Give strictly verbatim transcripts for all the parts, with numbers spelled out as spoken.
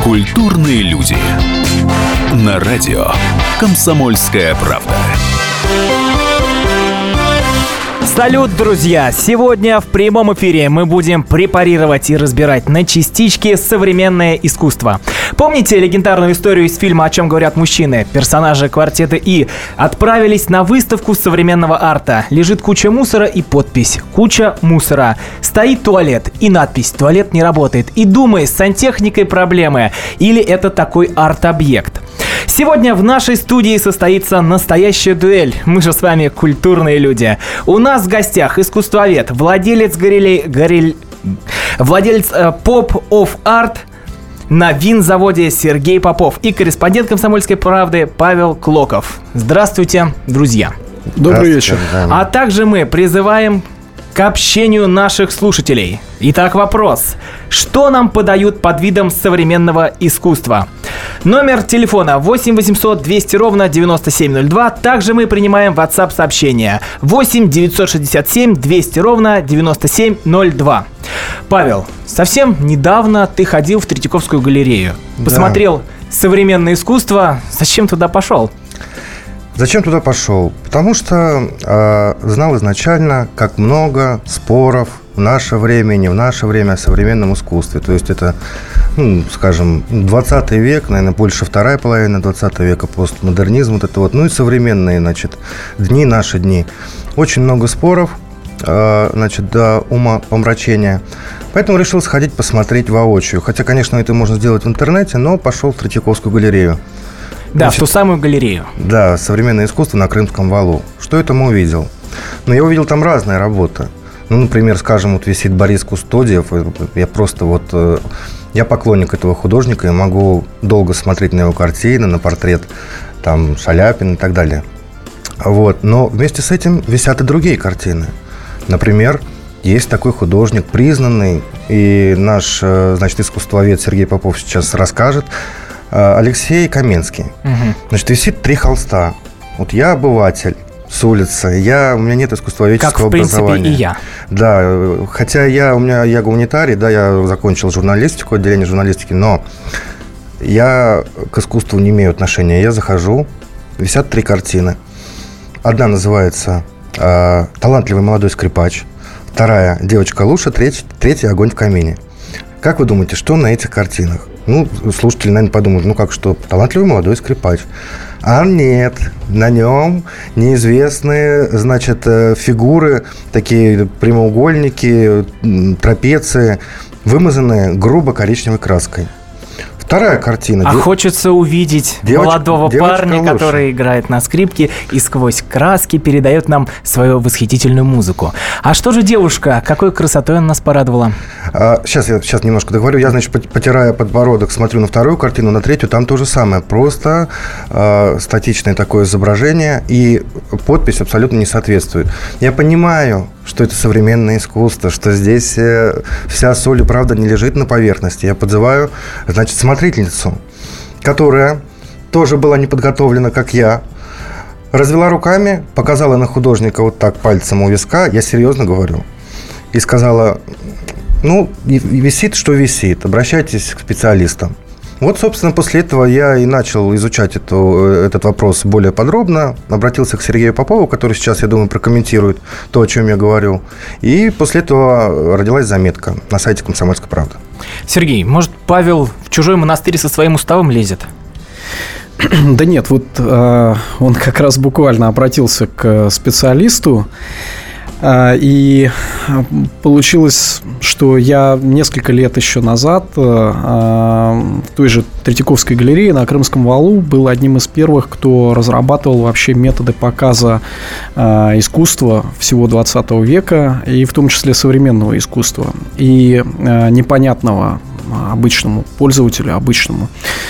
Культурные люди. На радио «Комсомольская правда». Салют, друзья! Сегодня в прямом эфире мы будем препарировать и разбирать на частички современное искусство. Помните легендарную историю из фильма «О чем говорят мужчины»? Персонажи квартета И отправились на выставку современного арта. Лежит куча мусора и подпись «Куча мусора». Стоит туалет и надпись «Туалет не работает». И думай, с сантехникой проблемы или это такой арт-объект. Сегодня в нашей студии состоится настоящая дуэль. Мы же с вами культурные люди. У нас в гостях искусствовед, владелец горелей, горель... владелец э, Pop of Art на винзаводе Сергей Попов и корреспондент «Комсомольской правды» Павел Клоков. Здравствуйте, друзья. Добрый вечер. А также мы призываем к общению наших слушателей. Итак, вопрос. Что нам подают под видом современного искусства? Номер телефона восемь восемьсот двести ровно девяносто семь ноль два. Также мы принимаем WhatsApp-сообщения восемь девятьсот шестьдесят семь двести ровно девяносто семь ноль два. Павел, совсем недавно ты ходил в Третьяковскую галерею. Посмотрел да. современное искусство. Зачем туда пошел? Зачем туда пошел? Потому что э, знал изначально, как много споров в наше время, не в наше время о современном искусстве. То есть это, ну, скажем, двадцатый век, наверное, больше вторая половина двадцатого века, постмодернизм, вот это вот, ну и современные, значит, дни, наши дни. Очень много споров, э, значит, до ума помрачения. Поэтому решил сходить посмотреть воочию. Хотя, конечно, это можно сделать в интернете, но пошел в Третьяковскую галерею. Да, Значит, в ту самую галерею. Да, современное искусство на Крымском валу. Что я там увидел? Ну, я увидел там разные работы. Ну, например, скажем, вот висит Борис Кустодиев. Я просто вот... Я поклонник этого художника. Я могу долго смотреть на его картины, на портрет там Шаляпина и так далее. Вот. Но вместе с этим висят и другие картины. Например, есть такой художник, признанный, и наш, значит, искусствовед Сергей Попов сейчас расскажет, Алексей Каменский. Угу. Значит, висит три холста. Вот я обыватель с улицы, я, у меня нет искусствоведческого образования. Как, в принципе, и я. Да, хотя я, у меня, я гуманитарий, да, я закончил журналистику, отделение журналистики, но я к искусству не имею отношения. Я захожу, висят три картины. Одна называется э, «Талантливый молодой скрипач», вторая «Девочка Луша», третья, третья «Огонь в камине». Как вы думаете, что на этих картинах? Ну, слушатели, наверное, подумают, ну как что, талантливый молодой скрипач. А нет, на нем неизвестные, значит, фигуры, такие прямоугольники, трапеции, вымазанные грубо коричневой краской. Вторая картина. А Дев... хочется увидеть девочка, молодого парня, лучше. Который играет на скрипке и сквозь краски передает нам свою восхитительную музыку. А что же девушка? Какой красотой она нас порадовала? А, сейчас я сейчас немножко договорю. Я, значит, потирая подбородок, смотрю на вторую картину, на третью. Там то же самое. Просто э, статичное такое изображение, и подпись абсолютно не соответствует. Я понимаю, что это современное искусство, что здесь э, вся соль и правда не лежит на поверхности. Я подзываю, значит, смотрительницу, которая тоже была не подготовлена, как я, развела руками, показала на художника вот так пальцем у виска, я серьезно говорю, и сказала, ну, висит, что висит, обращайтесь к специалистам. Вот, собственно, после этого я и начал изучать эту, этот вопрос более подробно. Обратился к Сергею Попову, который сейчас, я думаю, прокомментирует то, о чем я говорю. И после этого родилась заметка на сайте «Комсомольской правды». Сергей, может, Павел в чужой монастырь со своим уставом лезет? Да нет, вот э, он как раз буквально обратился к специалисту. И получилось, что я несколько лет еще назад в той же Третьяковской галерее на Крымском валу был одним из первых, кто разрабатывал вообще методы показа искусства всего двадцатого века, и в том числе современного искусства, и непонятного обычному пользователю, обычному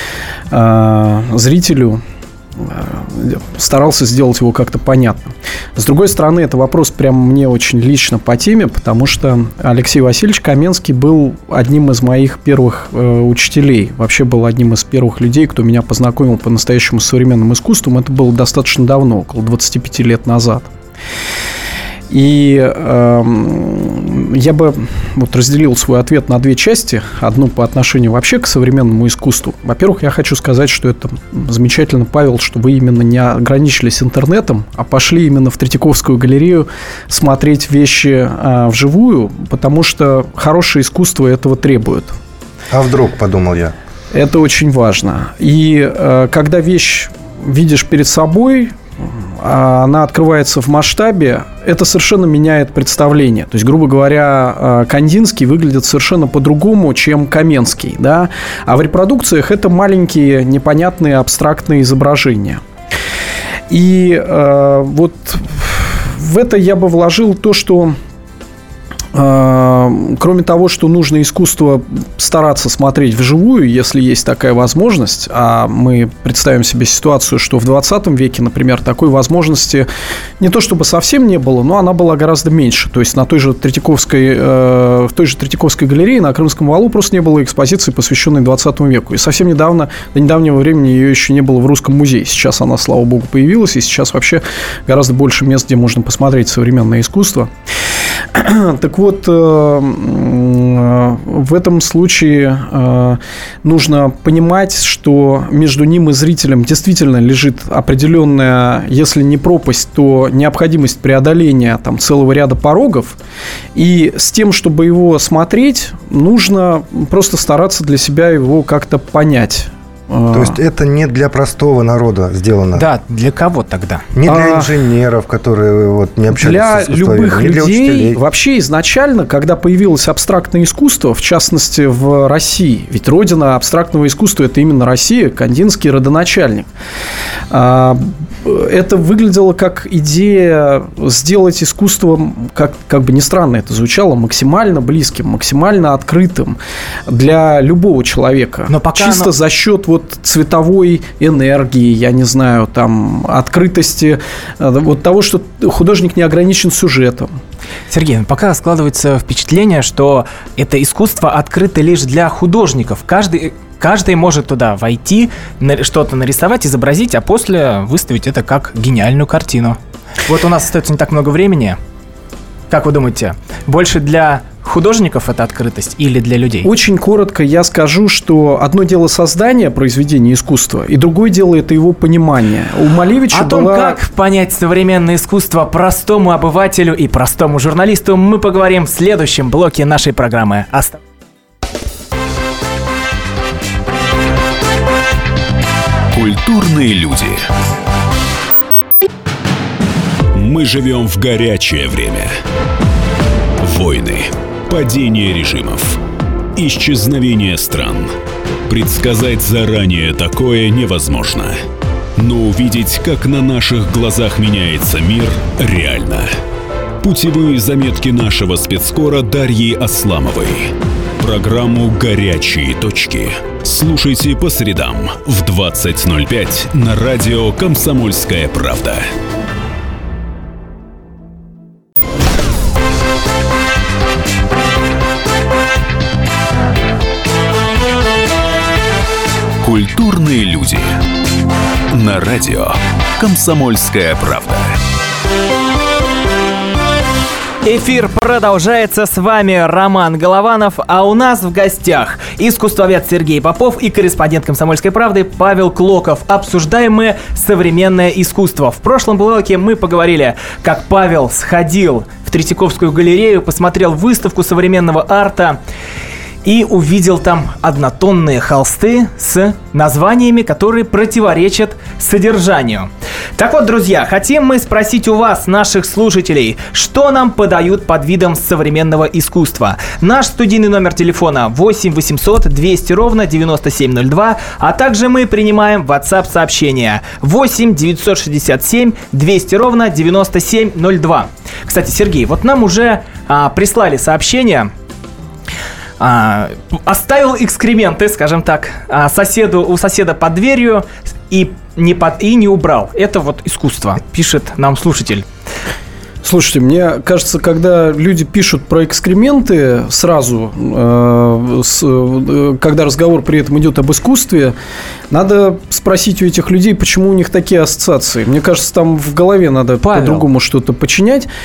зрителю. Старался сделать его как-то понятно. С другой стороны, это вопрос прям мне очень лично по теме, потому что Алексей Васильевич Каменский был одним из моих первых э, учителей. Вообще был одним из первых людей, кто меня познакомил по-настоящему с современным искусством. Это было достаточно давно, около двадцати пяти лет назад. И э, я бы вот разделил свой ответ на две части. Одну по отношению вообще к современному искусству. Во-первых, я хочу сказать, что это замечательно, Павел, что вы именно не ограничились интернетом, а пошли именно в Третьяковскую галерею смотреть вещи а, вживую, потому что хорошее искусство этого требует. А вдруг, подумал я. Это очень важно. И а, когда вещь видишь перед собой, она открывается в масштабе, это совершенно меняет представление. То есть, грубо говоря, Кандинский выглядит совершенно по-другому, чем Каменский, да? А в репродукциях это маленькие, непонятные, абстрактные изображения. И э, вот в это я бы вложил то, что кроме того, что нужно искусство стараться смотреть вживую, если есть такая возможность, а мы представим себе ситуацию, что в двадцатом веке, например, такой возможности не то чтобы совсем не было, но она была гораздо меньше. То есть на той же Третьяковской, э, в той же Третьяковской галерее на Крымском валу просто не было экспозиции, посвященной двадцатому веку. И совсем недавно, до недавнего времени ее еще не было в Русском музее. Сейчас она, слава богу, появилась, и сейчас вообще гораздо больше мест, где можно посмотреть современное искусство. Так вот, в этом случае нужно понимать, что между ним и зрителем действительно лежит определенная, если не пропасть, то необходимость преодоления там целого ряда порогов. И с тем, чтобы его смотреть, нужно просто стараться для себя его как-то понять. То есть это не для простого народа сделано? Да, для кого тогда? Не для а, инженеров, которые вот не общались для с искусством, любых не для людей. учителей. Вообще изначально, когда появилось абстрактное искусство, в частности в России, ведь родина абстрактного искусства – это именно Россия, Кандинский родоначальник. Это выглядело как идея сделать искусство, как, как бы ни странно это звучало, максимально близким, максимально открытым для любого человека. Но пока чисто оно... за счет вот цветовой энергии, я не знаю, там, открытости, вот того, что художник не ограничен сюжетом. Сергей, пока складывается впечатление, что это искусство открыто лишь для художников. Каждый... Каждый может туда войти, что-то нарисовать, изобразить, а после выставить это как гениальную картину. Вот у нас остается не так много времени. Как вы думаете, больше для художников это открытость или для людей? Очень коротко я скажу, что одно дело создание произведения искусства, и другое дело это его понимание. У Малевича О том, была... как понять современное искусство простому обывателю и простому журналисту, мы поговорим в следующем блоке нашей программы. Оставайтесь. Культурные люди. Мы живем в горячее время. Войны, падение режимов, исчезновение стран. Предсказать заранее такое невозможно. Но увидеть, как на наших глазах меняется мир, реально. Путевые заметки нашего спецкора Дарьи Асламовой. Программу «Горячие точки» слушайте по средам в двадцать ноль пять на радио «Комсомольская правда». Культурные люди. На радио «Комсомольская правда». Эфир продолжается. С вами Роман Голованов, а у нас в гостях искусствовед Сергей Попов и корреспондент «Комсомольской правды» Павел Клоков. Обсуждаем мы современное искусство. В прошлом блоке мы поговорили, как Павел сходил в Третьяковскую галерею, посмотрел выставку современного арта и увидел там однотонные холсты с названиями, которые противоречат содержанию. Так вот, друзья, хотим мы спросить у вас, наших слушателей, что нам подают под видом современного искусства. Наш студийный номер телефона восемь восемьсот двести ровно девяносто семь ноль два, а также мы принимаем WhatsApp-сообщения восемь девятьсот шестьдесят семь двести ровно девяносто семь ноль два. Кстати, Сергей, вот нам уже а, прислали сообщение. А, оставил экскременты, скажем так, а, соседу, у соседа под дверью и не, под, и не убрал. Это вот искусство, пишет нам слушатель. Слушайте, мне кажется, когда люди пишут про экскременты сразу, э, с, э, когда разговор при этом идет об искусстве, надо спросить у этих людей, почему у них такие ассоциации. Мне кажется, там в голове надо Павел. по-другому что-то починять.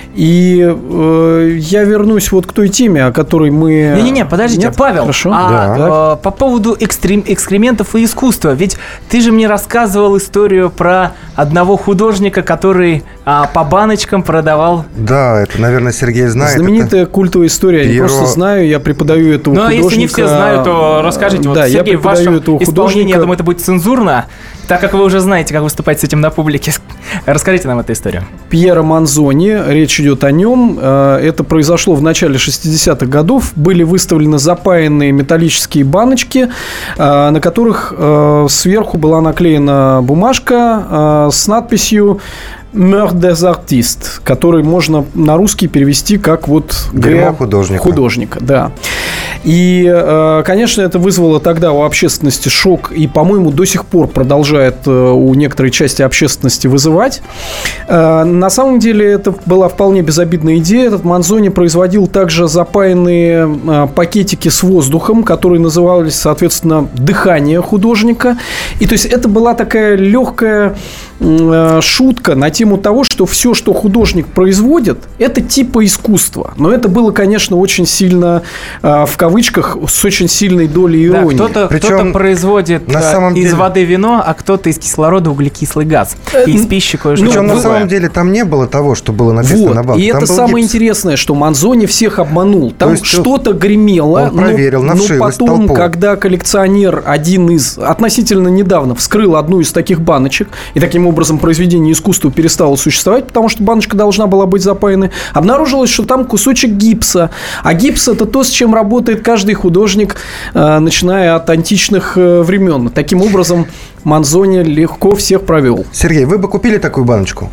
И э, я вернусь вот к той теме, о которой мы... Не-не-не, подождите, Нет? Павел, Хорошо. а Да. э, по поводу экстрем, экскрементов и искусства, ведь ты же мне рассказывал историю про одного художника, который а, по баночкам продавал... Да, это, наверное, Сергей знает. Знаменитая это... культовая история. Я Пьеро... не просто знаю, я преподаю этого Ну, а художника. если не все знают, то расскажите. Вот, да, Сергей, я в вашем этого исполнении, художника... я думаю, это будет цензурно, так как вы уже знаете, как выступать с этим на публике. Расскажите нам эту историю. Пьеро Манзони, речь идет о нем. Это произошло в начале шестидесятых годов. Были выставлены запаянные металлические баночки, на которых сверху была наклеена бумажка с надписью «Meurtre des artistes», который можно на русский перевести как вот «Дерьмо художника». Художника, да. И, конечно, это вызвало тогда у общественности шок и, по-моему, до сих пор продолжает у некоторой части общественности вызывать. На самом деле это была вполне безобидная идея. Этот Манзони производил также запаянные пакетики с воздухом, которые назывались, соответственно, «Дыхание художника». И то есть это была такая легкая шутка на тему того, что все, что художник производит, это типа искусства. Но это было, конечно, очень сильно, в кавычках, с очень сильной долей иронии. Да, кто-то, Причем, кто-то производит на самом из деле... воды вино, а кто-то из кислорода углекислый газ. И из пищи кое-что. Причем другое. на самом деле там не было того, что было написано Вот. на банке. И Там это был самое гипс. интересное, что Манзони всех обманул. Там есть что-то гремело, он проверил но, на но вшивость потом, толпу. когда коллекционер один из, относительно недавно, вскрыл одну из таких баночек, и таким образом произведение искусства перестало существовать, потому что баночка должна была быть запаянной, обнаружилось, что там кусочек гипса. А гипс – это то, с чем работает каждый художник, начиная от античных времен. Таким образом, Манзони легко всех провел. Сергей, вы бы купили такую баночку?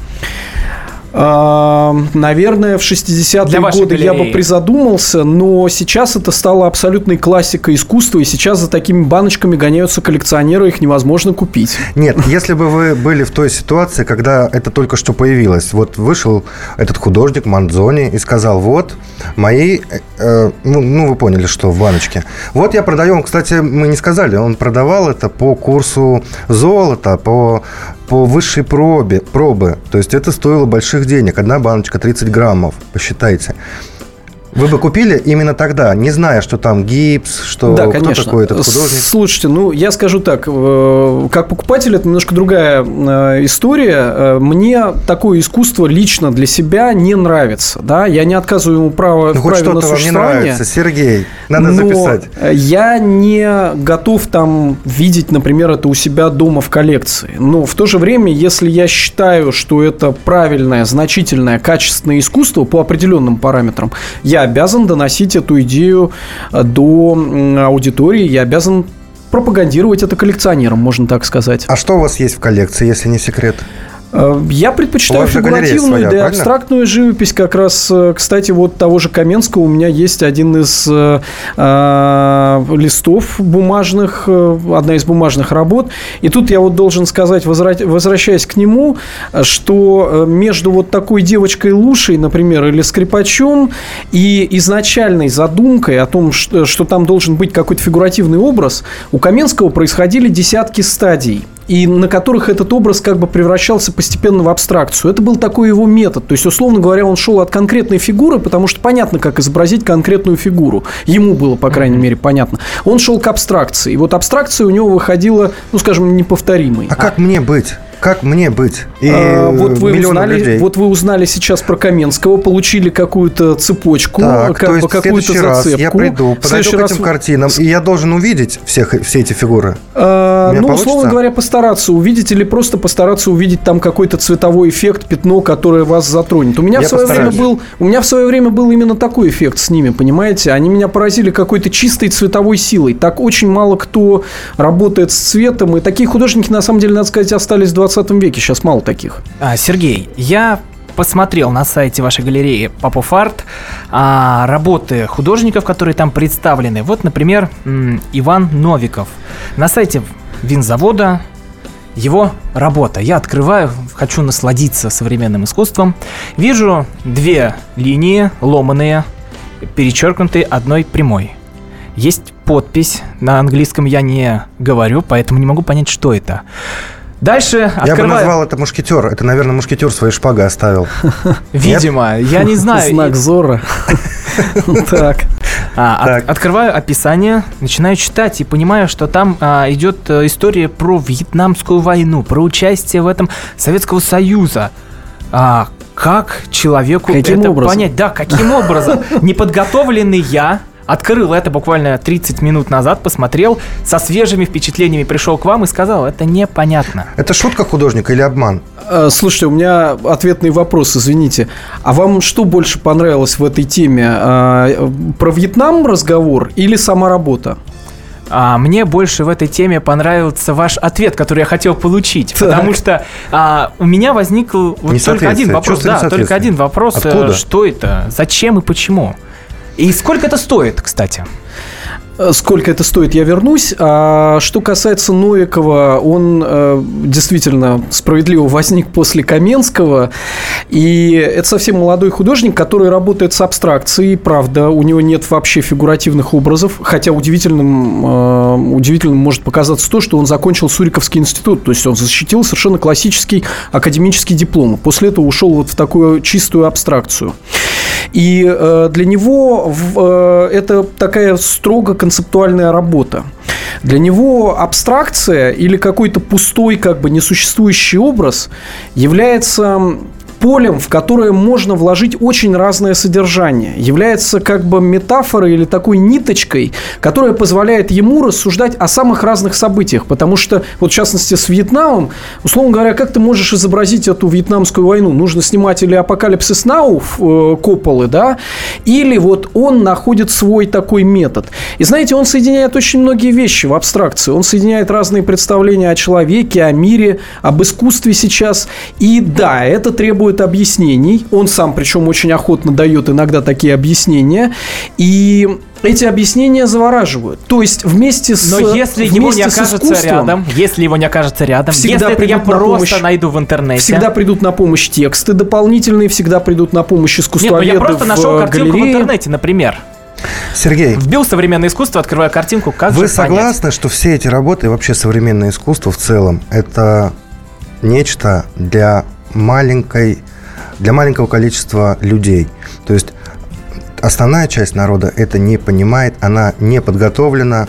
Наверное, в шестидесятые годы я бы призадумался, но сейчас это стало абсолютной классикой искусства, и сейчас за такими баночками гоняются коллекционеры, их невозможно купить. Нет, если бы вы были в той ситуации, когда это только что появилось, вот вышел этот художник Манзони и сказал, вот, мои, э, ну, ну, вы поняли, что в баночке. Вот я продаю, кстати, мы не сказали, он продавал это по курсу золота, по... по высшей пробе, пробы. То есть это стоило больших денег. Одна баночка тридцать граммов. Посчитайте. Вы бы купили именно тогда, не зная, что там гипс, что да, кто конечно. такой этот художник? Слушайте, ну, я скажу так. Как покупатель, это немножко другая история. Мне такое искусство лично для себя не нравится. Да? Я не отказываю ему права, ну, в праве на существование. Хоть что-то вам не нравится, Сергей. Надо но записать. Я не готов там видеть, например, это у себя дома в коллекции. Но в то же время, если я считаю, что это правильное, значительное, качественное искусство по определенным параметрам, я обязан доносить эту идею до аудитории, я обязан пропагандировать это коллекционерам, можно так сказать. А что у вас есть в коллекции, если не секрет? Я предпочитаю фигуративную, да и абстрактную живопись. Как раз, кстати, вот того же Каменского у меня есть один из э, листов бумажных, одна из бумажных работ. И тут я вот должен сказать, возвращаясь к нему, что между вот такой девочкой Лушей, например, или скрипачом, и изначальной задумкой о том, что, что там должен быть какой-то фигуративный образ, у Каменского происходили десятки стадий, и на которых этот образ как бы превращался постепенно в абстракцию. Это был такой его метод. То есть, условно говоря, он шел от конкретной фигуры, потому что понятно, как изобразить конкретную фигуру. Ему было, по крайней мере, понятно. Он шел к абстракции. И вот абстракция у него выходила, ну, скажем, неповторимой. А как мне быть? Как мне быть? И а, вот, вы узнали, людей. вот вы узнали сейчас про Каменского, получили какую-то цепочку, так, как то есть бы какую-то в зацепку. Раз я приду, подойду к этим раз... картинам, и я должен увидеть всех, все эти фигуры? А, ну, получится? условно говоря, постараться увидеть или просто постараться увидеть там какой-то цветовой эффект, пятно, которое вас затронет. У меня, в свое время был, у меня в свое время был именно такой эффект с ними, понимаете? Они меня поразили какой-то чистой цветовой силой. Так очень мало кто работает с цветом, и такие художники, на самом деле, надо сказать, остались в двадцатом веке. Сейчас мало таких. А, Сергей, я посмотрел на сайте вашей галереи Попов Арт а, работы художников, которые там представлены. Вот, например, м- Иван Новиков. На сайте винзавода его работа. Я открываю, хочу насладиться современным искусством. Вижу две линии ломаные, перечеркнутые одной прямой. Есть подпись. На английском я не говорю, поэтому не могу понять, что это. Дальше открываю... Я бы назвал это мушкетер. Это, наверное, мушкетер своей шпагой оставил. Видимо, я не знаю. Знак Зорро. Так. Открываю описание, начинаю читать и понимаю, что там идет история про Вьетнамскую войну, про участие в этом Советского Союза. А как человеку каким это образом? понять? Да, каким образом? Неподготовленный я открыл это буквально тридцать минут назад, посмотрел, со свежими впечатлениями пришел к вам и сказал, это непонятно. Это шутка художника или обман? Слушайте, у меня ответный вопрос, извините. А вам что больше понравилось в этой теме? Про Вьетнам разговор или сама работа? А, мне больше в этой теме понравился ваш ответ, который я хотел получить. Так. Потому что а, у меня возник вот только один вопрос. Да, только один вопрос. Откуда? Что это? Зачем и почему? И сколько это стоит, кстати? Сколько это стоит, я вернусь. А что касается Новикова, он э, действительно справедливо возник после Каменского. И это совсем молодой художник, который работает с абстракцией. Правда, у него нет вообще фигуративных образов. Хотя удивительным, э, удивительным может показаться то, что он закончил Суриковский институт. То есть он защитил совершенно классический академический диплом. После этого ушел вот в такую чистую абстракцию. И э, для него э, это такая строго концептуальная работа. Для него абстракция или какой-то пустой, как бы несуществующий образ является полем, в которое можно вложить очень разное содержание. Является как бы метафорой или такой ниточкой, которая позволяет ему рассуждать о самых разных событиях. Потому что, вот в частности, с Вьетнамом, условно говоря, как ты можешь изобразить эту вьетнамскую войну? Нужно снимать или «Апокалипсис Нау» э, Копполы, да? Или вот он находит свой такой метод. И знаете, он соединяет очень многие вещи в абстракции. Он соединяет разные представления о человеке, о мире, об искусстве сейчас. И да, это требует объяснений. Он сам, причем, очень охотно дает иногда такие объяснения. И эти объяснения завораживают. То есть вместе с Но если его не окажется рядом, если его не окажется рядом, если это я просто помощь, найду в интернете. Всегда придут на помощь тексты дополнительные, всегда придут на помощь искусствоведы. Нет, ну я просто нашел картинку галерее. В интернете, например. Сергей, вбил современное искусство, открываю картинку, как вы же согласны, понять? Что все эти работы и вообще современное искусство в целом это нечто для маленькой, для маленького количества людей? То есть основная часть народа это не понимает, она не подготовлена,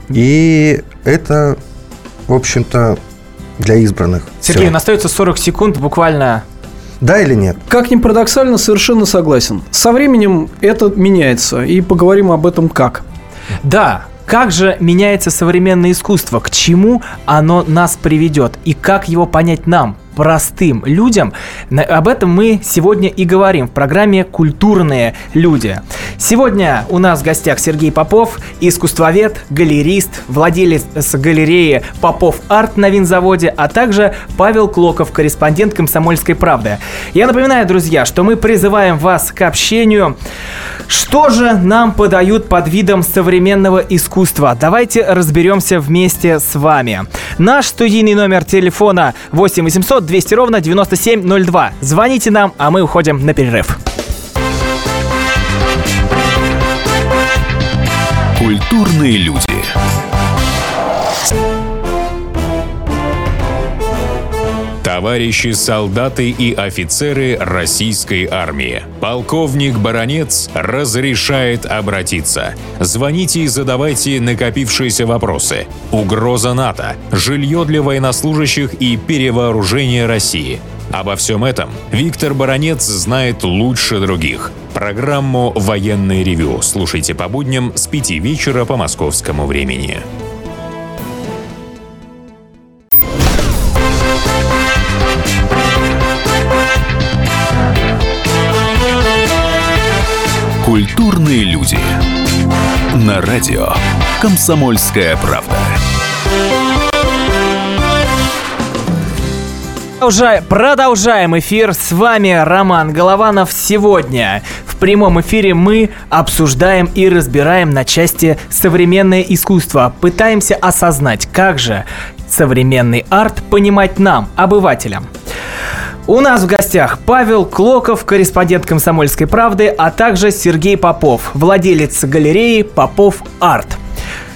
и это, в общем-то, для избранных. Сергей, у нас остается сорок секунд буквально. Да или нет? Как ни парадоксально, совершенно согласен. Со временем это меняется, и поговорим об этом как. Да. Как же меняется современное искусство? К чему оно нас приведет? И как его понять нам, простым людям? Об этом мы сегодня и говорим в программе «Культурные люди». Сегодня у нас в гостях Сергей Попов, искусствовед, галерист, владелец галереи «Попов Арт» на винзаводе, а также Павел Клоков, корреспондент «Комсомольской правды». Я напоминаю, друзья, что мы призываем вас к общению. Что же нам подают под видом современного искусства? Давайте разберемся вместе с вами. Наш студийный номер телефона восемь восемьсот двести ровно девяносто семь ноль два. Звоните нам, а мы уходим на перерыв. Культурные люди. Товарищи солдаты и офицеры российской армии. Полковник Баранец разрешает обратиться. Звоните и задавайте накопившиеся вопросы. Угроза НАТО, жилье для военнослужащих и перевооружение России. Обо всем этом Виктор Баранец знает лучше других. Программу «Военное ревю» слушайте по будням с пяти вечера по московскому времени. Культурные люди. На радио «Комсомольская правда». Продолжаем эфир. С вами Роман Голованов. Сегодня в прямом эфире мы обсуждаем и разбираем на части современное искусство. Пытаемся осознать, как же современный арт понимать нам, обывателям. У нас в гостях Павел Клоков, корреспондент «Комсомольской правды», а также Сергей Попов, владелец галереи «Попов Арт».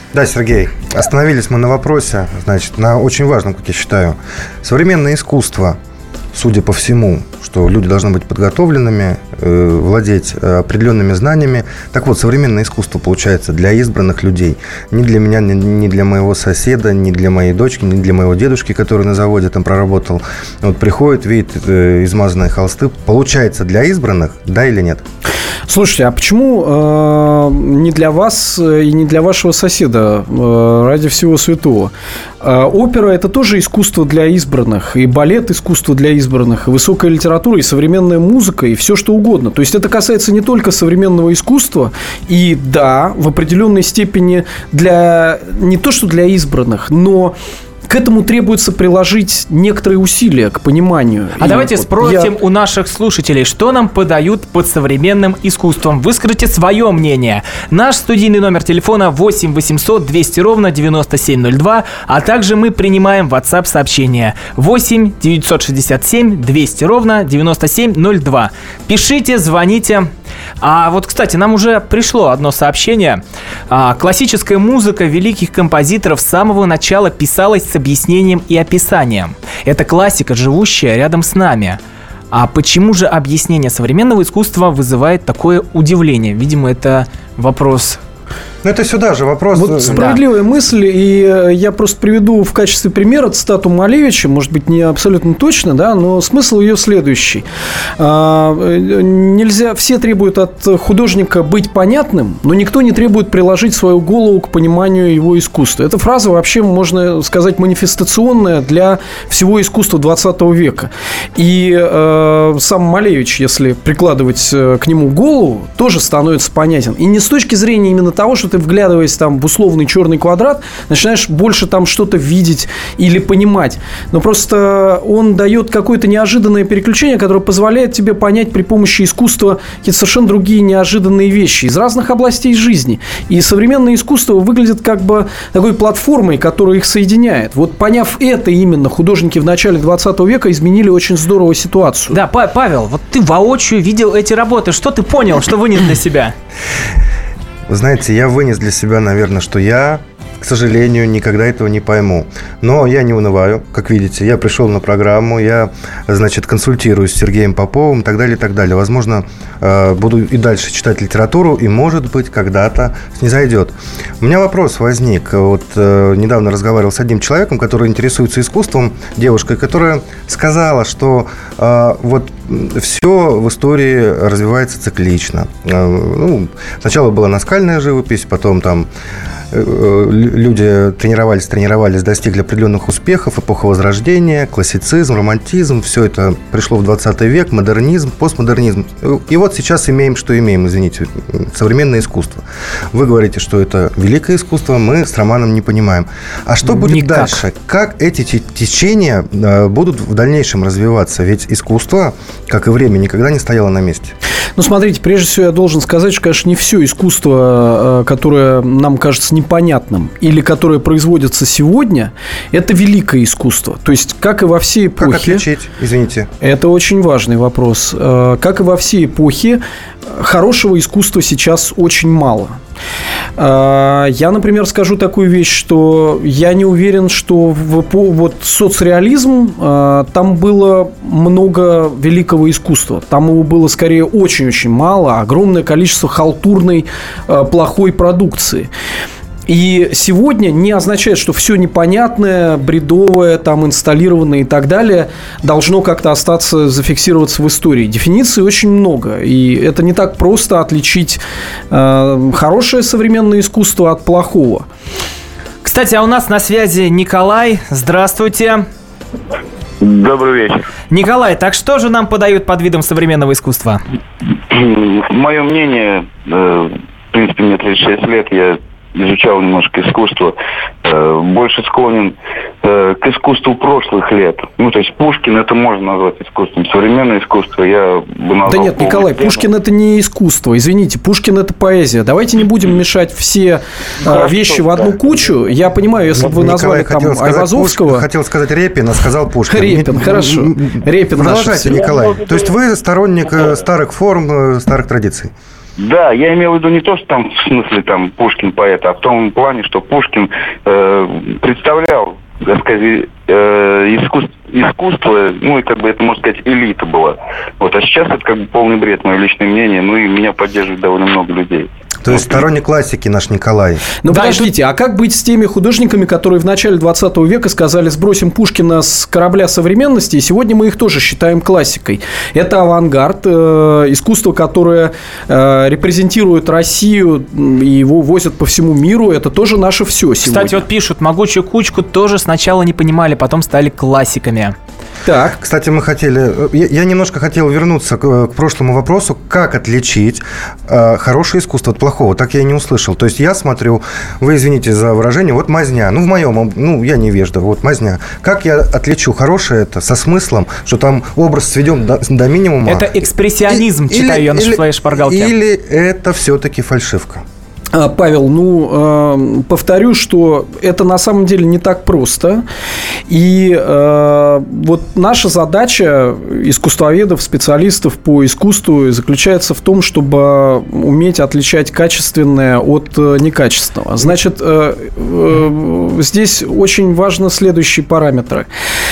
Да, Сергей, остановились мы на вопросе, значит, на очень важном, как я считаю. Современное искусство, судя по всему, что люди должны быть подготовленными, э, владеть определенными знаниями. Так вот, современное искусство получается для избранных людей. Не для меня, не, не для моего соседа, не для моей дочки, не для моего дедушки, который на заводе там проработал. Вот приходит, видит э, измазанные холсты. Получается для избранных, да или нет? Слушайте, а почему э, не для вас и не для вашего соседа, э, ради всего святого? Э, опера – это тоже искусство для избранных, и балет – искусство для избранных, и высокая литература, и современная музыка, и все что угодно. То есть это касается не только современного искусства, и да, в определенной степени для не то что для избранных, но к этому требуется приложить некоторые усилия к пониманию. А и давайте вот спросим я... у наших слушателей, что нам подают под современным искусством. Выскажите свое мнение. Наш студийный номер телефона восемь восемьсот двести ровно девяносто семь ноль два, а также мы принимаем WhatsApp-сообщения восемь девятьсот шестьдесят семь двести ровно девяносто семь ноль два. Пишите, звоните. А вот, кстати, нам уже пришло одно сообщение. А, классическая музыка великих композиторов с самого начала писалась с объяснением и описанием. Это классика, живущая рядом с нами. А почему же объяснение современного искусства вызывает такое удивление? Видимо, это вопрос... Ну, это сюда же вопрос. Вот справедливая да. мысль, и я просто приведу в качестве примера цитату Малевича, может быть, не абсолютно точно, да, но смысл ее следующий. Нельзя, все требуют от художника быть понятным, но никто не требует приложить свою голову к пониманию его искусства. Эта фраза вообще, можно сказать, манифестационная для всего искусства двадцатого века. И э, сам Малевич, если прикладывать к нему голову, тоже становится понятен. И не с точки зрения именно того, что ты, вглядываясь там в условный черный квадрат, начинаешь больше там что-то видеть или понимать. Но просто он дает какое-то неожиданное переключение, которое позволяет тебе понять при помощи искусства какие-то совершенно другие неожиданные вещи из разных областей жизни. И современное искусство выглядит как бы такой платформой, которая их соединяет. Вот поняв это именно, художники в начале двадцатого века изменили очень здорово ситуацию. Да, Павел, вот ты воочию видел эти работы. Что ты понял, что вынес для себя? Вы знаете, я вынес для себя, наверное, что я, к сожалению, никогда этого не пойму. Но я не унываю, как видите. Я пришел на программу, я, значит, консультируюсь с Сергеем Поповым и так далее, и так далее. Возможно, буду и дальше читать литературу, и, может быть, когда-то снизойдет. У меня вопрос возник. Вот недавно разговаривал с одним человеком, который интересуется искусством, девушкой, которая сказала, что вот все в истории развивается циклично. Ну, сначала была наскальная живопись, потом там люди тренировались, тренировались, достигли определенных успехов, эпоха Возрождения, классицизм, романтизм, все это пришло в двадцатый век, модернизм, постмодернизм. И вот сейчас имеем, что имеем, извините, современное искусство. Вы говорите, что это великое искусство, мы с Романом не понимаем. А что будет Никак. дальше? Как эти течения будут в дальнейшем развиваться? Ведь искусство, как и время, никогда не стояло на месте. Ну, смотрите, прежде всего я должен сказать, что, конечно, не все искусство, которое нам кажется непонятным или которое производится сегодня, это великое искусство. То есть, как и во всей эпохе... Как отличить, извините? Это очень важный вопрос. Как и во всей эпохе, хорошего искусства сейчас очень мало. Я, например, скажу такую вещь, что я не уверен, что в, вот соцреализм, там было много великого искусства. Там его было скорее очень-очень мало, огромное количество халтурной, плохой продукции. И сегодня не означает, что все непонятное, бредовое, там, инсталлированное и так далее должно как-то остаться, зафиксироваться в истории. Дефиниций очень много. И это не так просто отличить э, хорошее современное искусство от плохого. Кстати, а у нас на связи Николай. Здравствуйте. Добрый вечер. Николай, так что же нам подают под видом современного искусства? Мое мнение, э, в принципе, мне тридцать шесть лет, я изучал немножко искусство, э, больше склонен э, к искусству прошлых лет. Ну, то есть Пушкин это можно назвать искусством. Современное искусство я бы назвал... Да нет, Николай, летом. Пушкин это не искусство. Извините, Пушкин это поэзия. Давайте не будем мешать все э, вещи в одну кучу. Я понимаю, если бы вы назвали там Айвазовского... Пушкин, хотел сказать Репин, а сказал Пушкин. Репин, хорошо. Репин Продолжайте, Николай. То есть вы сторонник старых форм, старых традиций? Да, я имел в виду не то, что там, в смысле, там, Пушкин поэт, а в том плане, что Пушкин э, представлял, так сказать, э, искусство, искусство, ну, и, как бы, это, можно сказать, элита была. Вот, а сейчас это, как бы, полный бред, мое личное мнение, ну, и меня поддерживает довольно много людей. То есть сторонник классики наш Николай. Ну, да, подождите, а как быть с теми художниками, которые в начале двадцатого века сказали: сбросим Пушкина с корабля современности, и сегодня мы их тоже считаем классикой? Это авангард, э, искусство, которое э, репрезентирует Россию и его возят по всему миру. Это тоже наше все сегодня. Кстати, вот пишут, «Могучую кучку» тоже сначала не понимали, потом стали классиками. Так. Кстати, мы хотели... Я, я немножко хотел вернуться к, к прошлому вопросу. Как отличить э, хорошее искусство от плохого? Так я и не услышал. То есть я смотрю, вы извините за выражение, вот мазня. Ну, в моем... Ну, я невежда, вот мазня. Как я отличу хорошее это со смыслом, что там образ сведен до, до минимума? Это экспрессионизм, И, читаю или, я на или, своей шпаргалке. Или это все-таки фальшивка? Павел, ну, э, повторю, что это на самом деле не так просто. И э, вот наша задача искусствоведов, специалистов по искусству заключается в том, чтобы уметь отличать качественное от некачественного. Значит, э, э, здесь очень важны следующие параметры.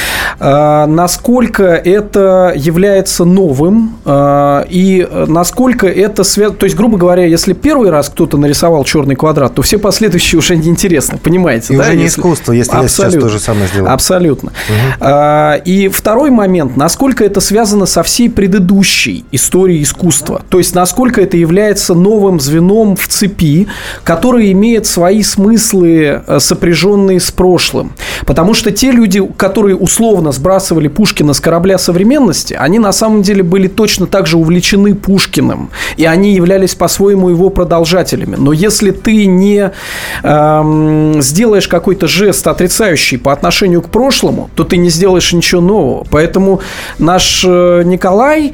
Э, насколько это является новым э, и насколько это связано... То есть, грубо говоря, если первый раз кто-то нарисовал черный квадрат, то все последующие уже неинтересны, понимаете? И да? уже не если... искусство, если Абсолютно. я сейчас то же самое сделаю. Абсолютно. Угу. А, и второй момент, насколько это связано со всей предыдущей историей искусства. То есть, насколько это является новым звеном в цепи, который имеет свои смыслы, сопряженные с прошлым. Потому что те люди, которые условно сбрасывали Пушкина с корабля современности, они на самом деле были точно так же увлечены Пушкиным. И они являлись по-своему его продолжателями. Но если ты не эм, сделаешь какой-то жест отрицающий по отношению к прошлому, то ты не сделаешь ничего нового. Поэтому наш э, Николай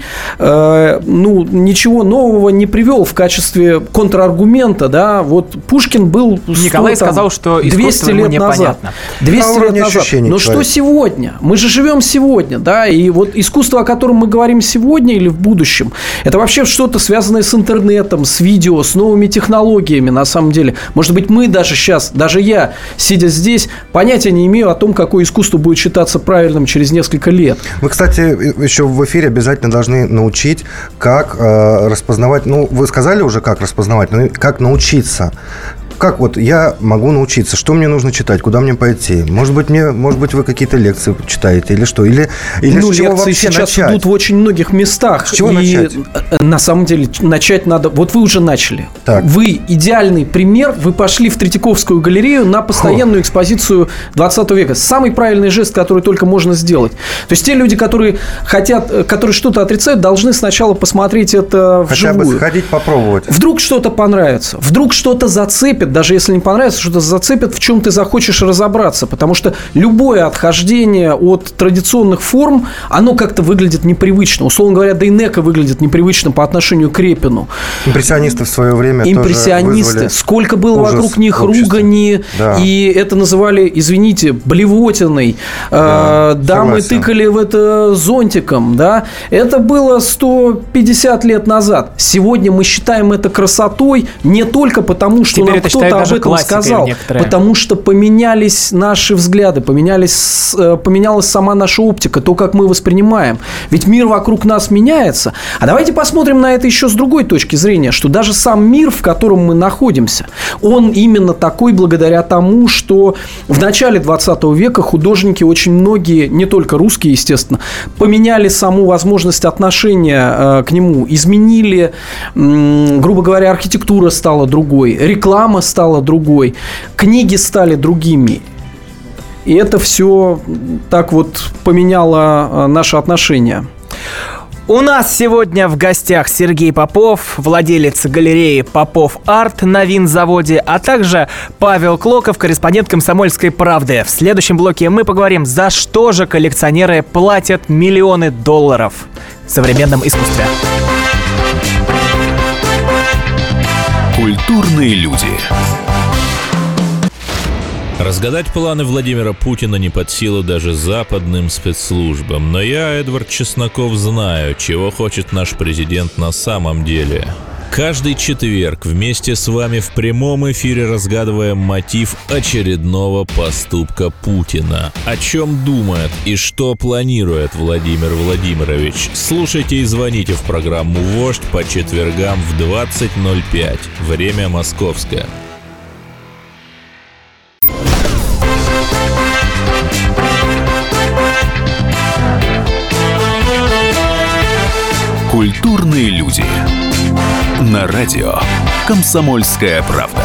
э, ну, ничего нового не привел в качестве контраргумента. Да? Вот Пушкин был Николай сто, сказал, что двести лет назад. двести лет назад. Но что сегодня? Мы же живем сегодня. Да? И вот искусство, о котором мы говорим сегодня или в будущем, это вообще что-то связанное с интернетом, с видео, с новыми технологиями. На самом деле, может быть, мы даже сейчас, даже я, сидя здесь, понятия не имею о том, какое искусство будет считаться правильным через несколько лет. Вы, кстати, еще в эфире обязательно должны научить, как э, распознавать. Ну, вы сказали уже, как распознавать, но как научиться. Как вот я могу научиться? Что мне нужно читать? Куда мне пойти? Может быть, мне, может быть, вы какие-то лекции читаете или что? Или, или ну, с чего лекции вообще сейчас начать? идут в очень многих местах. С чего и начать? На самом деле начать надо... Вот вы уже начали. Так. Вы идеальный пример. Вы пошли в Третьяковскую галерею на постоянную Фу. экспозицию двадцатого века. Самый правильный жест, который только можно сделать. То есть те люди, которые хотят, которые что-то отрицают, должны сначала посмотреть это Хотя вживую. бы сходить, попробовать. Вдруг что-то понравится. Вдруг что-то зацепит. Даже если не понравится, что-то зацепит, в чем ты захочешь разобраться. Потому что любое отхождение от традиционных форм, оно как-то выглядит непривычно. Условно говоря, Дейнеко выглядит непривычно по отношению к Репину. Импрессионисты в свое время Импрессионисты. тоже Сколько было вокруг них ругани. Да. И это называли, извините, блевотиной. Да, дамы согласен. Тыкали в это зонтиком. Да? Это было сто пятьдесят лет назад. Сегодня мы считаем это красотой не только потому, что Теперь нам кто-то об этом сказал, потому что поменялись наши взгляды, поменялись, поменялась сама наша оптика, то, как мы воспринимаем. Ведь мир вокруг нас меняется. А давайте посмотрим на это еще с другой точки зрения, что даже сам мир, в котором мы находимся, он именно такой благодаря тому, что в начале двадцатого века художники, очень многие, не только русские, естественно, поменяли саму возможность отношения к нему, изменили, грубо говоря, архитектура стала другой, реклама стала другой, книги стали другими. И это все так вот поменяло наши отношения. У нас сегодня в гостях Сергей Попов, владелец галереи «Попов Арт» на винзаводе, а также Павел Клоков, корреспондент «Комсомольской правды». В следующем блоке мы поговорим, за что же коллекционеры платят миллионы долларов в современном искусстве. Культурные люди. Разгадать планы Владимира Путина не под силу даже западным спецслужбам. Но я, Эдвард Чесноков, знаю, чего хочет наш президент на самом деле. Каждый четверг вместе с вами в прямом эфире разгадываем мотив очередного поступка Путина. О чем думает и что планирует Владимир Владимирович? Слушайте и звоните в программу «Вождь» по четвергам в двадцать ноль пять. Время московское. Культурные люди. На радио «Комсомольская правда».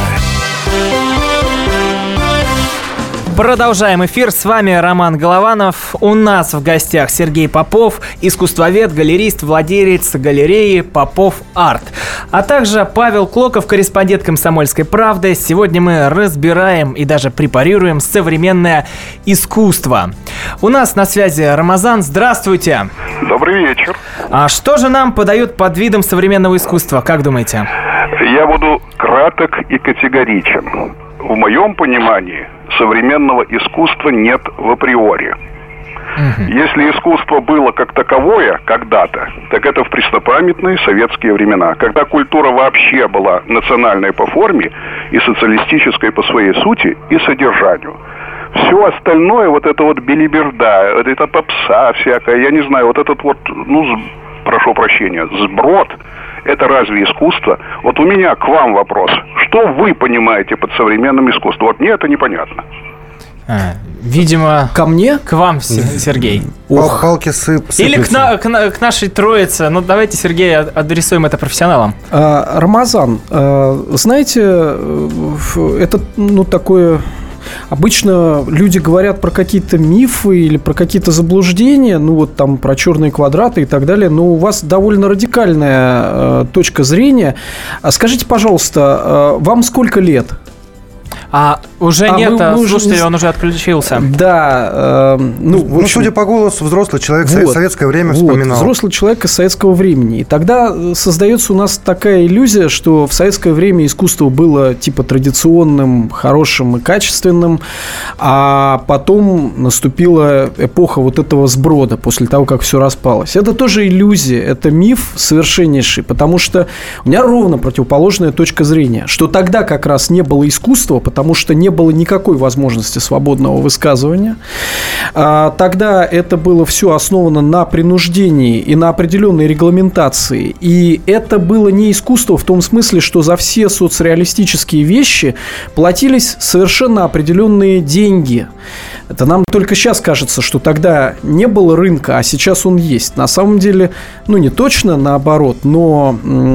Продолжаем эфир. С вами Роман Голованов. У нас в гостях Сергей Попов, искусствовед, галерист, владелец галереи «Попов Арт». А также Павел Клоков, корреспондент «Комсомольской правды». Сегодня мы разбираем и даже препарируем современное искусство. У нас на связи Рамазан. Здравствуйте. Добрый вечер. А что же нам подают под видом современного искусства, как думаете? Я буду краток и категоричен. В моем понимании современного искусства нет в априори. Угу. Если искусство было как таковое когда-то, так это в преснопамятные советские времена, когда культура вообще была национальной по форме и социалистической по своей сути и содержанию. Все остальное, вот это вот белиберда, это попса всякая, я не знаю, вот этот вот, ну, прошу прощения, сброд, это разве искусство? Вот у меня к вам вопрос. Что вы понимаете под современным искусством? Вот мне это непонятно. А, видимо, ко мне? К вам, Сергей. Ох. Палки сып, Или к, на, к, на, к нашей троице. Ну, давайте, Сергей, адресуем это профессионалам. А, Рамазан, а, знаете, это, ну, такое... Обычно люди говорят про какие-то мифы или про какие-то заблуждения, ну вот там про черные квадраты и так далее, но у вас довольно радикальная э, точка зрения. А скажите, пожалуйста, э, вам сколько лет? А уже а нет, мы, мы слушайте, уже... он уже отключился. Да. Э, ну, ну, общем, судя по голосу, взрослый человек вот, советское время вспоминал. Вот, взрослый человек из советского времени. И тогда создается у нас такая иллюзия, что в советское время искусство было типа традиционным, хорошим и качественным, а потом наступила эпоха вот этого сброда после того, как все распалось. Это тоже иллюзия, это миф совершеннейший, потому что у меня ровно противоположная точка зрения, что тогда как раз не было искусства, потому что не было никакой возможности свободного высказывания. Тогда это было все основано на принуждении и на определенной регламентации. И это было не искусство в том смысле, что за все соцреалистические вещи платились совершенно определенные деньги. Это нам только сейчас кажется, что тогда не было рынка, а сейчас он есть. На самом деле, ну, не точно наоборот, но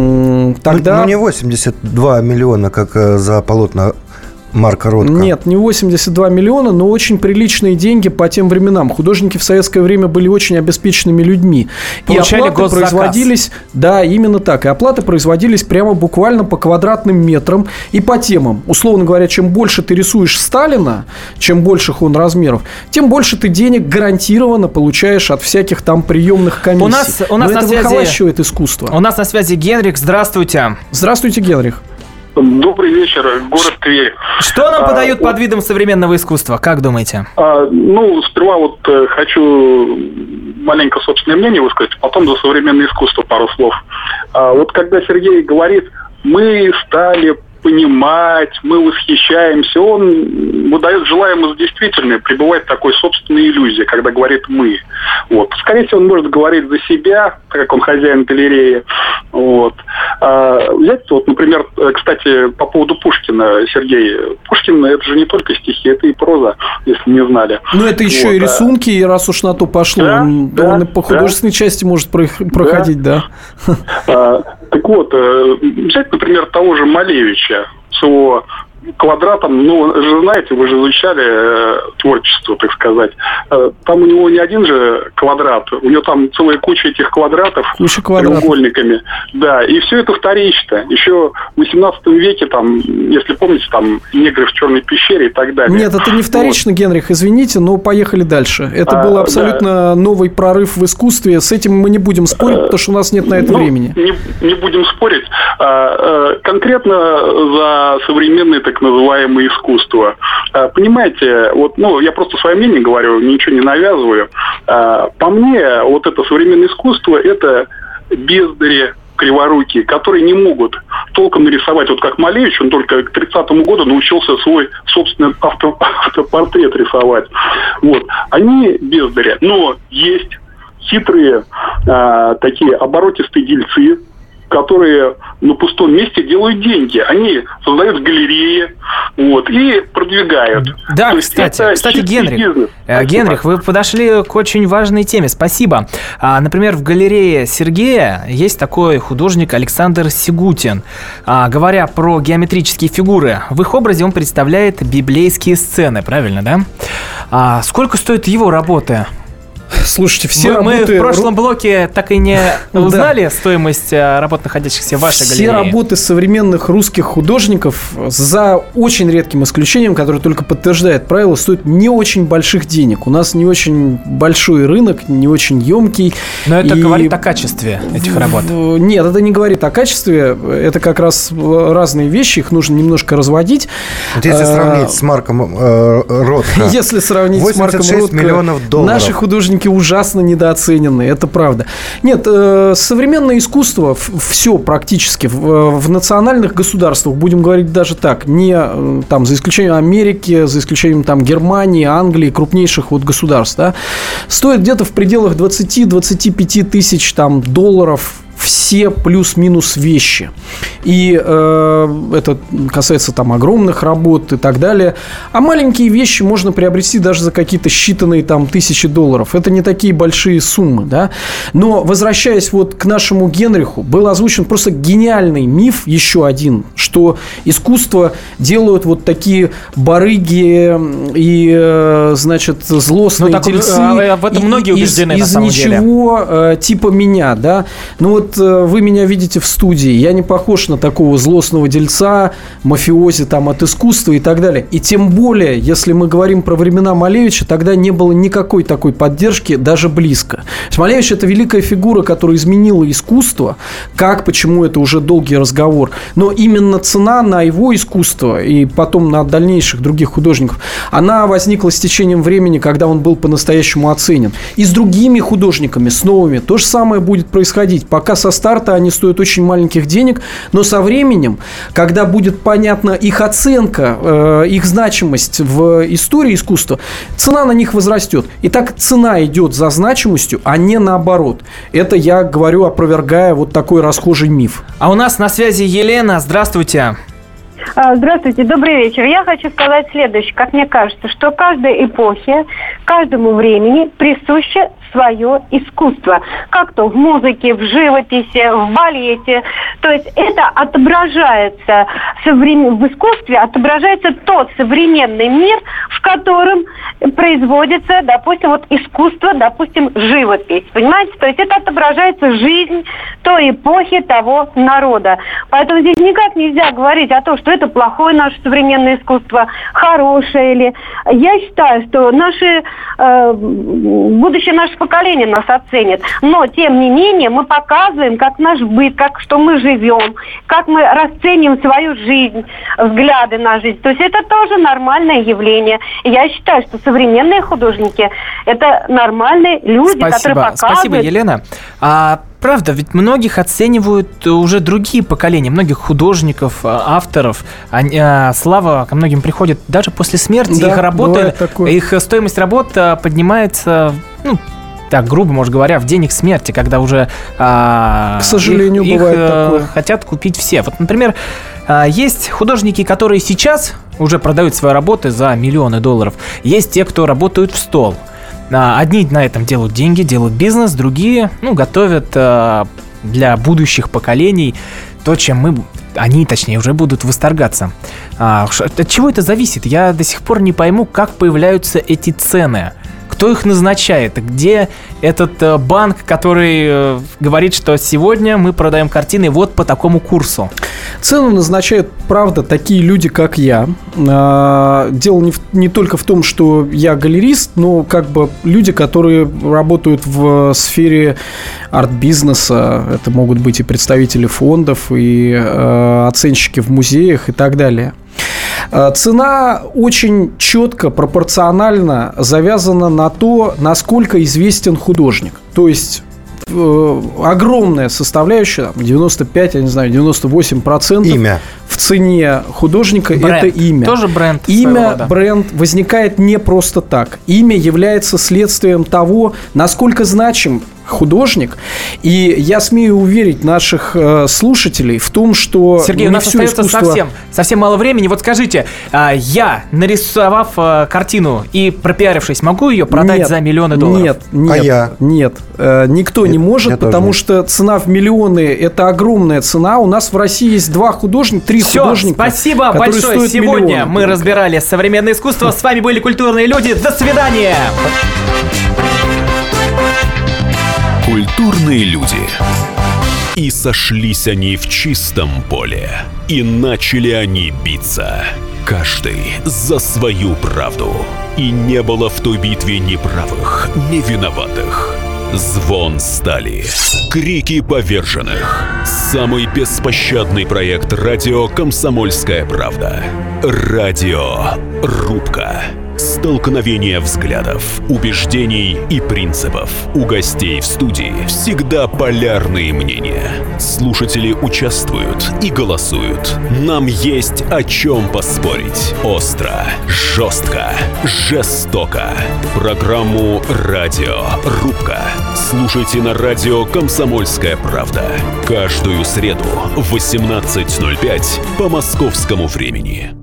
м- тогда... Ну, ну, не восемьдесят два миллиона, как э, за полотна Марка Ротко. Нет, не восемьдесят два миллиона, но очень приличные деньги по тем временам. Художники в советское время были очень обеспеченными людьми. Получали и оплаты производились, да, именно так. И оплаты производились прямо буквально по квадратным метрам и по темам. Условно говоря, чем больше ты рисуешь Сталина, чем больших он размеров, тем больше ты денег гарантированно получаешь от всяких там приемных комиссий. У нас, у нас но на это связи... выхолащивает искусство. У нас на связи Генрих. Здравствуйте. Здравствуйте, Генрих. Добрый вечер, город Тверь. Что нам а, подают вот, под видом современного искусства? Как думаете? А, ну, сперва вот э, хочу маленько собственное мнение высказать, потом за современное искусство пару слов. А, вот когда Сергей говорит, мы стали понимать, мы восхищаемся, он выдает желаемое за действительное, пребывает в такой собственной иллюзии, когда говорит «мы». Вот. Скорее всего, он может говорить за себя, так как он хозяин галереи. Вот. А, взять, вот, например, кстати, по поводу Пушкина, Сергей. Пушкин – это же не только стихи, это и проза, если не знали. Ну, это еще вот, и рисунки, и раз уж на то пошло, да, он, да, он и по художественной да. части может проходить, да. да. А, так вот, взять, например, того же Малевича, с его квадратом, ну, же знаете, вы же изучали э, творчество, так сказать. Э, там у него не один же квадрат, у него там целая куча этих квадратов с треугольниками. Да, и все это вторично. Еще в восемнадцатом веке, там, если помните, там негры в черной пещере и так далее. Нет, это не вторично, вот. Генрих, извините, но поехали дальше. Это а, был абсолютно да. новый прорыв в искусстве. С этим мы не будем спорить, потому что у нас нет на это ну, времени. Не, не будем спорить. А, а, конкретно за современные, так называемое искусство. А, понимаете, вот, ну, я просто свое мнение говорю, ничего не навязываю. А, по мне, вот это современное искусство, это бездари, криворукие, которые не могут толком нарисовать, вот как Малевич, он только к тридцатому году научился свой собственный авто, автопортрет рисовать. Вот. Они бездари. Но есть хитрые а, такие оборотистые дельцы, которые на пустом месте делают деньги. Они создают галереи, вот, и продвигают. Да, То кстати, кстати, Генрих, бизнес. Генрих, вы подошли к очень важной теме. Спасибо. А, например, в галерее Сергея есть такой художник Александр Сигутин. А, говоря про геометрические фигуры, в их образе он представляет библейские сцены, правильно, да? А, сколько стоят его работы? Слушайте, все мы, работы... мы в прошлом блоке так и не узнали стоимость работ, находящихся в вашей все галерее. Все работы современных русских художников, за очень редким исключением, которое только подтверждает правило, стоят не очень больших денег. У нас не очень большой рынок, не очень емкий. Но это и... говорит о качестве этих работ. Нет, это не говорит о качестве. Это как раз разные вещи, их нужно немножко разводить. Вот если сравнить с Марком э, Ротко. Если сравнить с Марком Ротко, миллионов долларов. Наши художники ужасно недооценены, это правда. Нет, э, современное искусство, все практически в, в национальных государствах, будем говорить даже так, не э, там, за исключением Америки, за исключением там Германии, Англии, крупнейших вот государств, да, стоит где-то в пределах двадцать-двадцать пять тысяч там, долларов все плюс-минус вещи. И э, это касается там огромных работ и так далее. А маленькие вещи можно приобрести даже за какие-то считанные там тысячи долларов. Это не такие большие суммы, да. Но, возвращаясь вот к нашему Генриху, был озвучен просто гениальный миф, еще один, что искусство делают вот такие барыги и, э, значит, злостные ну, так, дельцы. А, об этом многие убеждены, из, на самом из деле. ничего э, типа меня, да. Ну вот вы меня видите в студии, я не похож на такого злостного дельца, мафиози там от искусства и так далее. И тем более, если мы говорим про времена Малевича, тогда не было никакой такой поддержки, даже близко. Малевич – это великая фигура, которая изменила искусство. Как, почему, это уже долгий разговор. Но именно цена на его искусство и потом на дальнейших других художников, она возникла с течением времени, когда он был по-настоящему оценен. И с другими художниками, с новыми, то же самое будет происходить. Пока со старта они стоят очень маленьких денег, но со временем, когда будет понятна их оценка, э, их значимость в истории искусства, цена на них возрастет. И так цена идет за значимостью, а не наоборот. Это я говорю, опровергая вот такой расхожий миф. А у нас на связи Елена. Здравствуйте. Здравствуйте, добрый вечер. Я хочу сказать следующее. Как мне кажется, что каждой эпохе, каждому времени присуще свое искусство. Как то в музыке, в живописи, в балете. То есть это отображается в искусстве, отображается тот современный мир, в котором производится, допустим, вот искусство, допустим, живопись. Понимаете? То есть это отображается жизнь той эпохи, того народа. Поэтому здесь никак нельзя говорить о том, что это плохое наше современное искусство, хорошее ли. Я считаю, что наши, э, будущее наше поколение нас оценит. Но, тем не менее, мы показываем, как наш быт, как что мы живем, как мы расцениваем свою жизнь, взгляды на жизнь. То есть это тоже нормальное явление. И я считаю, что современные художники – это нормальные люди, Спасибо. которые показывают... Спасибо, Елена. А... Правда, ведь многих оценивают уже другие поколения, многих художников, авторов. Они, а, слава ко многим приходит даже после смерти. Да, их работы, их стоимость работ поднимается, ну, так грубо, может говоря, в день их смерти, когда уже а, к сожалению, их, бывает их такое. Хотят купить все. Вот, например, есть художники, которые сейчас уже продают свои работы за миллионы долларов. Есть те, кто работают в стол. Одни на этом делают деньги, делают бизнес, другие, ну, готовят э, для будущих поколений то, чем мы, они, точнее, уже будут восторгаться. А, от чего это зависит? Я до сих пор не пойму, как появляются эти цены. Кто их назначает? Где этот э, банк, который э, говорит, что сегодня мы продаем картины вот по такому курсу? Цену назначают, правда, такие люди, как я. Дело не, в, не только в том, что я галерист, но как бы люди, которые работают в сфере арт-бизнеса. Это могут быть и представители фондов, и э, оценщики в музеях и так далее. Цена очень четко, пропорционально завязана на то, насколько известен художник. То есть э, огромная составляющая, девяносто пять, я не знаю, девяносто восемь процентов имя. В цене художника бренд. Это имя. Тоже бренд. Имя, бренд возникает не просто так. Имя является следствием того, насколько значим художник. И я смею уверить наших э, слушателей в том, что Сергей, у нас остается искусство... совсем, совсем мало времени. Вот скажите, э, я, нарисовав э, картину и пропиарившись, могу ее продать нет, за миллионы долларов? Нет, нет, а я? нет. Э, никто нет, не может, потому нет. что цена в миллионы – это огромная цена. У нас в России есть два художника, три Все, художника. Спасибо большое. Сегодня миллионы. Мы разбирали современное искусство. С вами были культурные люди. До свидания. Культурные люди. И сошлись они в чистом поле, и начали они биться. Каждый за свою правду. И не было в той битве ни правых, ни виноватых. Звон стали, крики поверженных. Самый беспощадный проект радио «Комсомольская правда». Радиорубка. Столкновение взглядов, убеждений и принципов. У гостей в студии всегда полярные мнения. Слушатели участвуют и голосуют. Нам есть о чем поспорить. Остро, жестко, жестоко. Программу «Радиорубка» слушайте на радио «Комсомольская правда». Каждую среду в восемнадцать ноль пять по московскому времени.